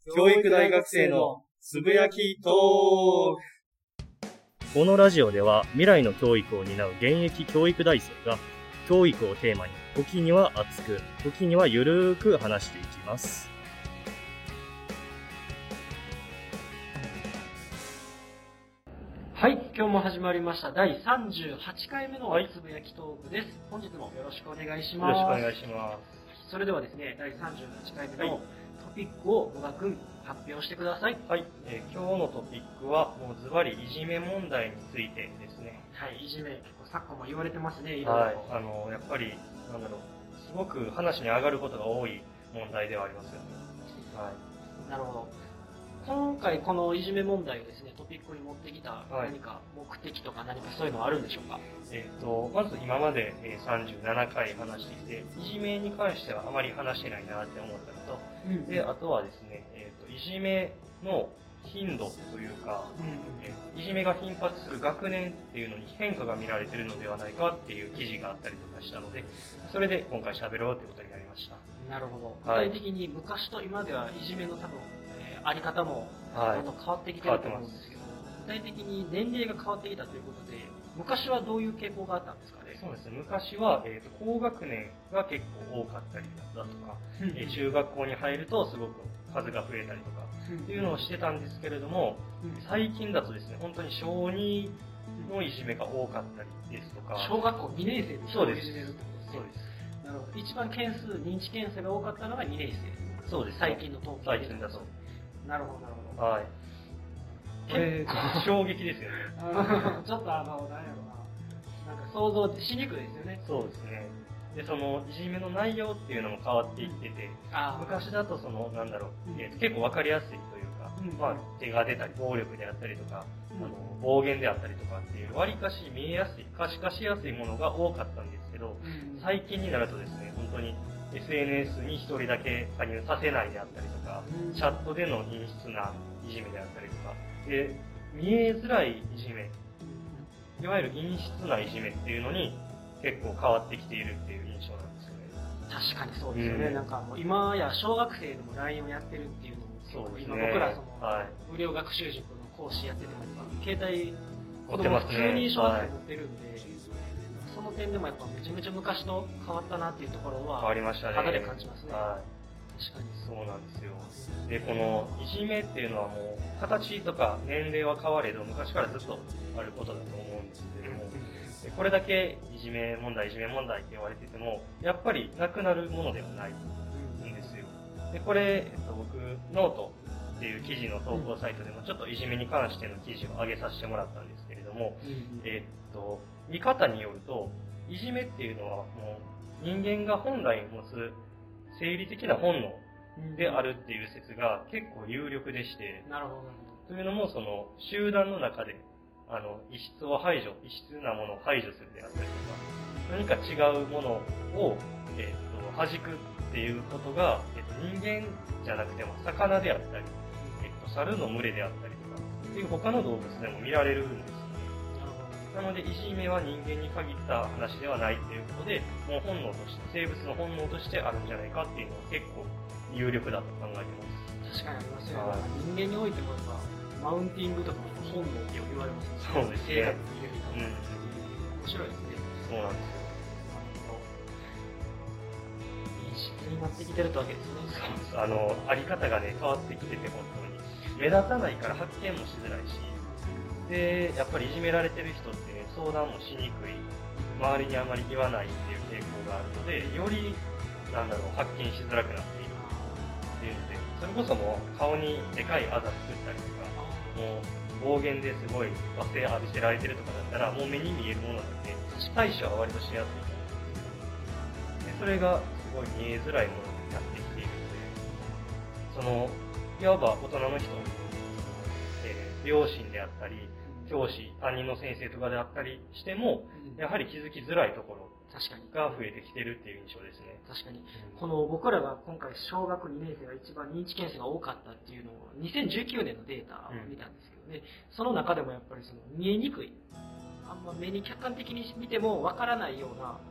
教育大学生のつぶやきトーク。 このラジオでは未来の教育を担う現役教育大生が教育をテーマに時には熱く時にはゆるーく話していきます。 はい、今日も始まりました第38回目のつぶやきトークです。本日もよろしくお願いします。 よろしくお願いします。 それではですね、第38回目のトピックを野田くん発表してください。 はい、今日のトピックはもうズバリいじめ問題についてですね。 はい、いじめ結構昨今も言われてますね。いろいろ。 はい、やっぱりすごく話に上がることが多い問題ではありますよね。はい。 なるほど。今回このいじめ問題をですね、トピックに持ってきた何か目的とか何かそういうのはあるんでしょうか？ まず今まで37回話してきて、いじめに関してはあまり話してないなって思ったのと、で、あとはですね、いじめの頻度というか、いじめが頻発する学年っていうのに変化が見られているのではないかっていう記事があったりとかしたので、それで今回喋ろうということになりました。 なるほど。具体的に昔と今ではいじめの多分、あり方もどんどん変わってきてると思うんですけど、具体的に年齢が変わってきたということで、昔はどういう傾向があったんですかね？ そうですね。昔は、高学年が結構多かったりだとか、中学校に入るとすごく数が増えたりとかっていうのをしてたんですけれども、最近だとですね、本当に小2のいじめが多かったりですとか。 小学校2年生でそうです。 いじめるってことですね。 そうです。 なるほど。一番認知件数が多かったのが2年生。 そうです。 最近の統計最近だと。 なるほど、なるほど。 はい。これ、衝撃ですよね。 ちょっとなんやろな。なんか想像しにくいですよね。 そうですね。で、その、いじめの内容っていうのも変わっていってて、昔だと結構わかりやすいというか、手が出たり、暴力であったりとか、暴言であったりとかっていう、わりかし見えやすい、可視化しやすいものが多かったんですけど、最近になるとですね、本当に SNS に一人だけ加入させないであったりとか、チャットでの陰湿ないじめであったりとか、で、見えづらいいじめ、いわゆる陰湿ないじめっていうのに結構変わってきているっていう印象なんですよね。 確かにそうですよね。なんかもう今や小学生でも LINE をやってるっていうのも、 そうですね、 今僕ら無料学習塾の講師やってても携帯子供普通に小学生持ってるんで、その点でもやっぱめちゃめちゃ昔と変わったなっていうところは変わりましたね。 肌で感じますね。 確かにそうなんですよ。で、このいじめっていうのはもう形とか年齢は変われど昔からずっとあることだと思うんですけれども、これだけいじめ問題って言われててもやっぱりなくなるものではないんですよ。で、これ、僕ノートっていう記事の投稿サイトでもちょっといじめに関しての記事を上げさせてもらったんですけれども、見方によるといじめっていうのはもう人間が本来持つ生理的な本能であるっていう説が結構有力でして、 なるほど。 というのもその集団の中で異質なものを排除するであったりとか、何か違うものを弾くっていうことが人間じゃなくても魚であったり、猿の群れであったりとかっていう他の動物でも見られるんです。なので、いじめは人間に限った話ではないっていうことで、もう本能として、生物の本能としてあるんじゃないかっていうのは結構有力だと考えてます。 確かにありますよね。人間においてもやっぱ、マウンティングとか本能って言われますね。 そうですね。 面白いですね。 そうなんですよ。 いい質になってきてるわけですね。 そうです。あり方がね、変わってきてて、本当に。目立たないから発見もしづらいし、で、やっぱりいじめられてる人って、相談もしにくい、周りにあまり言わないっていう傾向があるので、より、発見しづらくなっているっていうので、それこそもう顔にでかいあざ作ったりとか、もう暴言ですごい罵声浴びせられてるとかだったら、もう目に見えるものなんで、対処は割としやすい。で、それがすごい見えづらいものになってきているので、いわば大人の人、両親であったり、教師、担任の先生とかであったりしても、やはり気づきづらいところが増えてきてるっていう印象ですね。 確かに。この僕らが今回小学2年生が一番認知件数が多かったっていうのを2019年のデータを見たんですけどね、その中でもやっぱり見えにくい、あんま目に客観的に見てもわからないような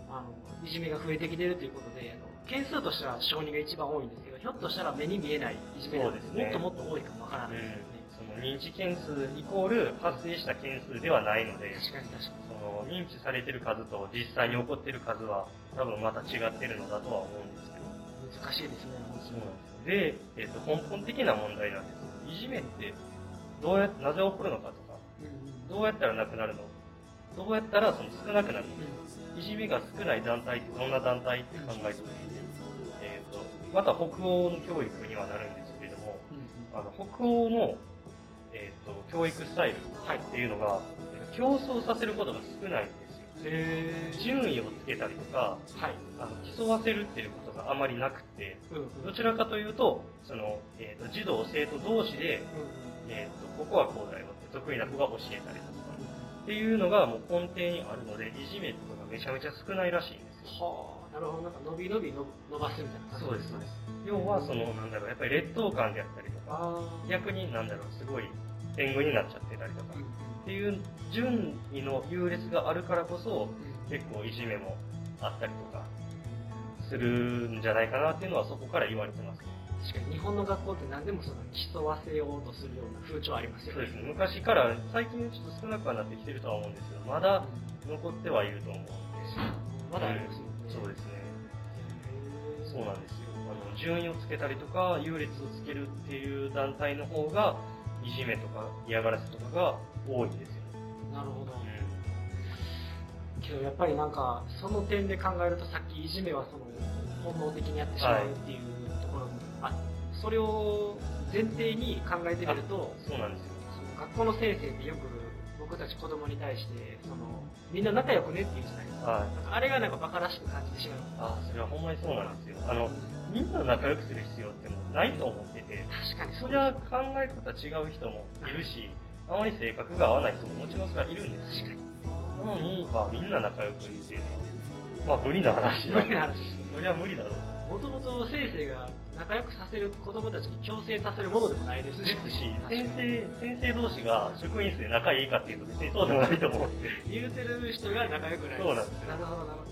いじめが増えてきてるということで、件数としては小児が一番多いんですけど、ひょっとしたら目に見えないいじめがもっともっと多いかもわからないですよね。 その認知件数イコール発生した件数ではないので、 確かに確かに。 その認知されてる数と実際に起こってる数は多分また違ってるのだとは思うんですけど。 難しいですね、本当に。 で、根本的な問題なんです。いじめってなぜ起こるのかとか、どうやったらなくなるの、どうやったらその少なくなるの、いじめが少ない団体ってどんな団体って考えてもまた北欧の教育にはなるんですけれども、北欧の、教育スタイルっていうのが、競争させることが少ないんですよ。順位をつけたりとか、競わせるっていうことがあまりなくて、どちらかというと、その、児童生徒同士で、ここはこうだよって得意な子が教えたりとか、っていうのがもう根底にあるので、いじめとかがめちゃめちゃ少ないらしいんですよ。 はあ、なるほど。なんか伸び伸び伸ばすみたいな感じ。 そうです、そうです。要はその、やっぱり劣等感であったりとか、逆にすごい天狗になっちゃってたりとか、っていう順位の優劣があるからこそ、結構いじめもあったりとか、するんじゃないかなっていうのはそこから言われてますね。 確かに日本の学校って何でもその競わせようとするような風潮ありますよね。 そうですね。昔から、最近ちょっと少なくはなってきてるとは思うんですけど、まだ残ってはいると思うんで。 まだありますよね。 そうですね。そうなんですよ。順位をつけたりとか、優劣をつけるっていう団体の方が、いじめとか嫌がらせとかが多いんですよ。 なるほど。けどやっぱりなんか、その点で考えるとさっきいじめはその本能的にやってしまうっていうところに、それを前提に考えてみると、 そうなんですよ。 その学校の先生ってよく僕たち子供に対して、みんな仲良くねって言うじゃないですか。あれがなんか馬鹿らしく感じてしまう。 それはほんまにそうなんですよ。みんな仲良くする必要ってもうないと思ってて、 確かにそりゃ考え方違う人もいるし、あまり性格が合わない人ももちろんそれはいるんです。 確かに。 なのに、みんな仲良くっていうのは、無理な話なんで。そりゃ無理だろう。 もともと先生が仲良くさせる子供たちに強制させるものでもないですし、 先生同士が職員室で仲いいかっていうと別にそうでもないと思って。 言うてる人が仲良くない。 そうなんですよ。 なるほど、なるほど。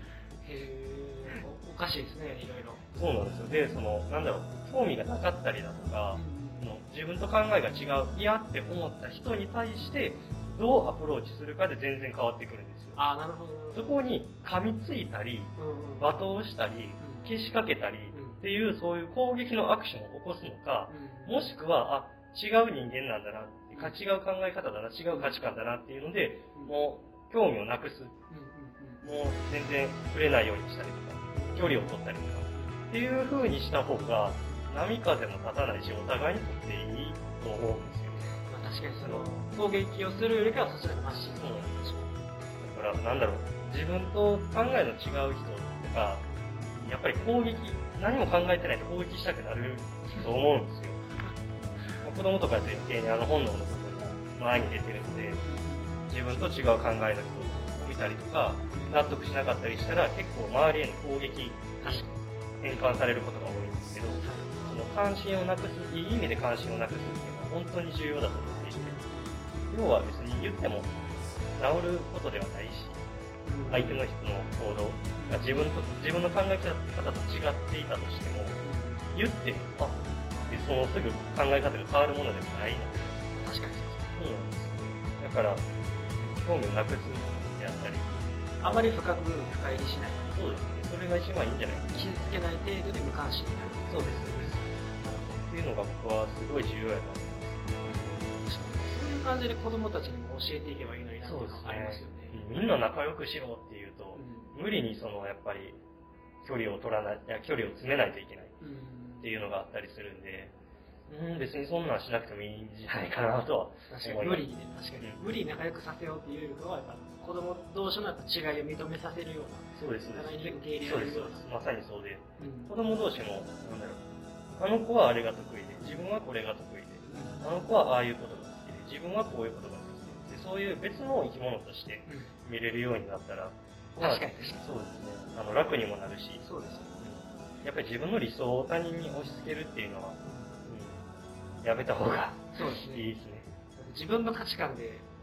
おかしいですね、いろいろ。 そうなんですよ。で、興味がなかったりだとか、自分と考えが違う、嫌って思った人に対して、どうアプローチするかで全然変わってくるんですよ。 なるほど。 そこに噛みついたり、罵倒したり、けしかけたりっていう、そういう攻撃のアクションを起こすのか、もしくは、違う人間なんだな、違う考え方だな、違う価値観だなっていうので、もう興味をなくす。もう全然触れないようにしたりとか、距離を取ったりとか、っていう風にした方が、波風も立たないし、お互いにとっていいと思うんですよ。 確かに攻撃をするよりかはそちらがマシ。 そうなんですよ。だから自分と考えの違う人とか、やっぱり何も考えてないと攻撃したくなると思うんですよ。子供とか前提に本能の部分が前に出てるので、自分と違う考えの人を見たりとか、納得しなかったりしたら結構周りへの攻撃、変換されることが多いんですけど、その関心をなくす、いい意味で関心をなくすっていうのは本当に重要だと思っていて、要は別に言っても治ることではないし、相手の人の行動が自分の考え方と違っていたとしても、言って、そのすぐ考え方が変わるものでもないので。 確かにそうなんですよ。だから、興味をなくすであったり。 あまり深く深入りしない。 そうですね。それが一番いいんじゃないかな。 傷つけない程度で無関心になる。 そうです、そうです。っていうのが僕はすごい重要やと思います。 そういう感じで子供たちにも教えていけばいいのになっていうのがありますよね。 みんな仲良くしろっていうと、無理にやっぱり距離を詰めないといけないっていうのがあったりするんで、別にそんなんしなくてもいいんじゃないかなとは思います。 無理にね、確かに。無理に仲良くさせようっていうよりかは、やっぱ子供同士の違いを認めさせるような。 そうです、そうです。 互いに受け入れられるような。 まさにそうで、子供同士も、あの子はあれが得意で、自分はこれが得意で、あの子はああいうことが好きで、自分はこういうことが好きで、そういう別の生き物として見れるようになったら、 確かにそうですね。楽にもなるし、 そうですよね。 やっぱり自分の理想を他人に押し付けるっていうのは、やめた方がいいですね。 自分の価値観で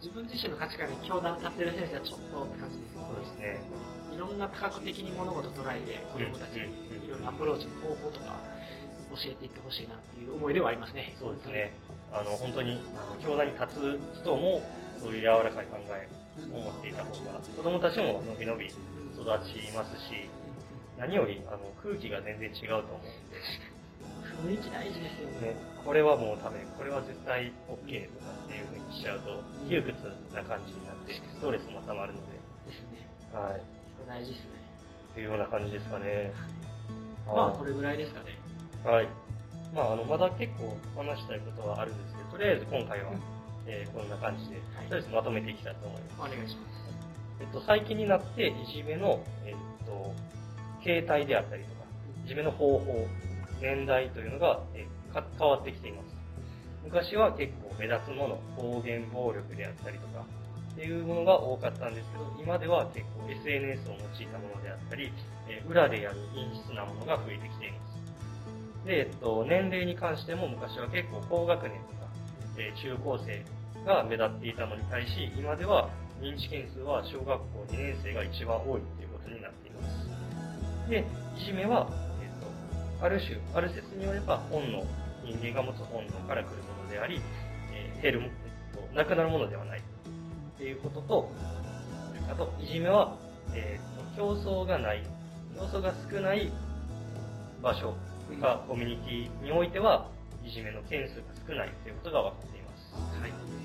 自分自身の価値観に教団立ってる先生はちょっとって感じです。 そうですね。 いろんな多角的に物事を捉えて、子供たちにいろいろアプローチの方法とか教えていってほしいなっていう思いではありますね。 そうですね。本当に、教団に立つ人も、そういう柔らかい考えを持っていた方が、子供たちものびのび育ちますし、何より、空気が全然違うと思うんで。 雰囲気大事ですよね。 これはもうダメ、これは絶対 OK とかっていう風にしちゃうと、窮屈な感じになって、ストレスも溜まるので。 ですね。 はい。 大事ですね。 というような感じですかね。 まあ、これぐらいですかね。 はい。まあ、まだ結構話したいことはあるんですけど、とりあえず今回は、こんな感じで、とりあえずまとめていきたいと思います。 お願いします。 最近になって、いじめの、形態であったりとか、いじめの方法、年代というのが、変わってきています。昔は結構目立つもの、暴言暴力であったりとか、っていうものが多かったんですけど、今では結構 SNS を用いたものであったり、裏でやる陰湿なものが増えてきています。で、年齢に関しても昔は結構高学年とか、中高生が目立っていたのに対し、今では認知件数は小学校2年生が一番多いということになっています。で、いじめは、ある説によれば人間が持つ本能から来るものであり、なくなるものではないっていうことと、あと、いじめは、競争が少ない場所がコミュニティにおいては、いじめの件数が少ないということが分かっています。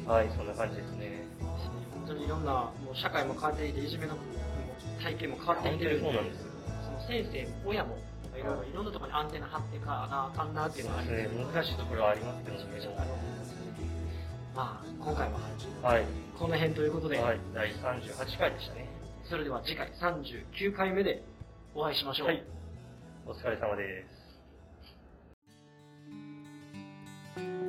はい。はい、そんな感じですね。 本当にいろんな、もう社会も変わっていて、いじめの体験も変わっていてるんで、 そうなんです。 その先生、親も、いろんなところにアンテナ張ってかなあかんなっていうのがありますね。 難しいところはありますけどね。 まあ、今回は、 はい。 この辺ということで、 はい、第38回でしたね。 それでは次回39回目でお会いしましょう。 はい。お疲れ様です。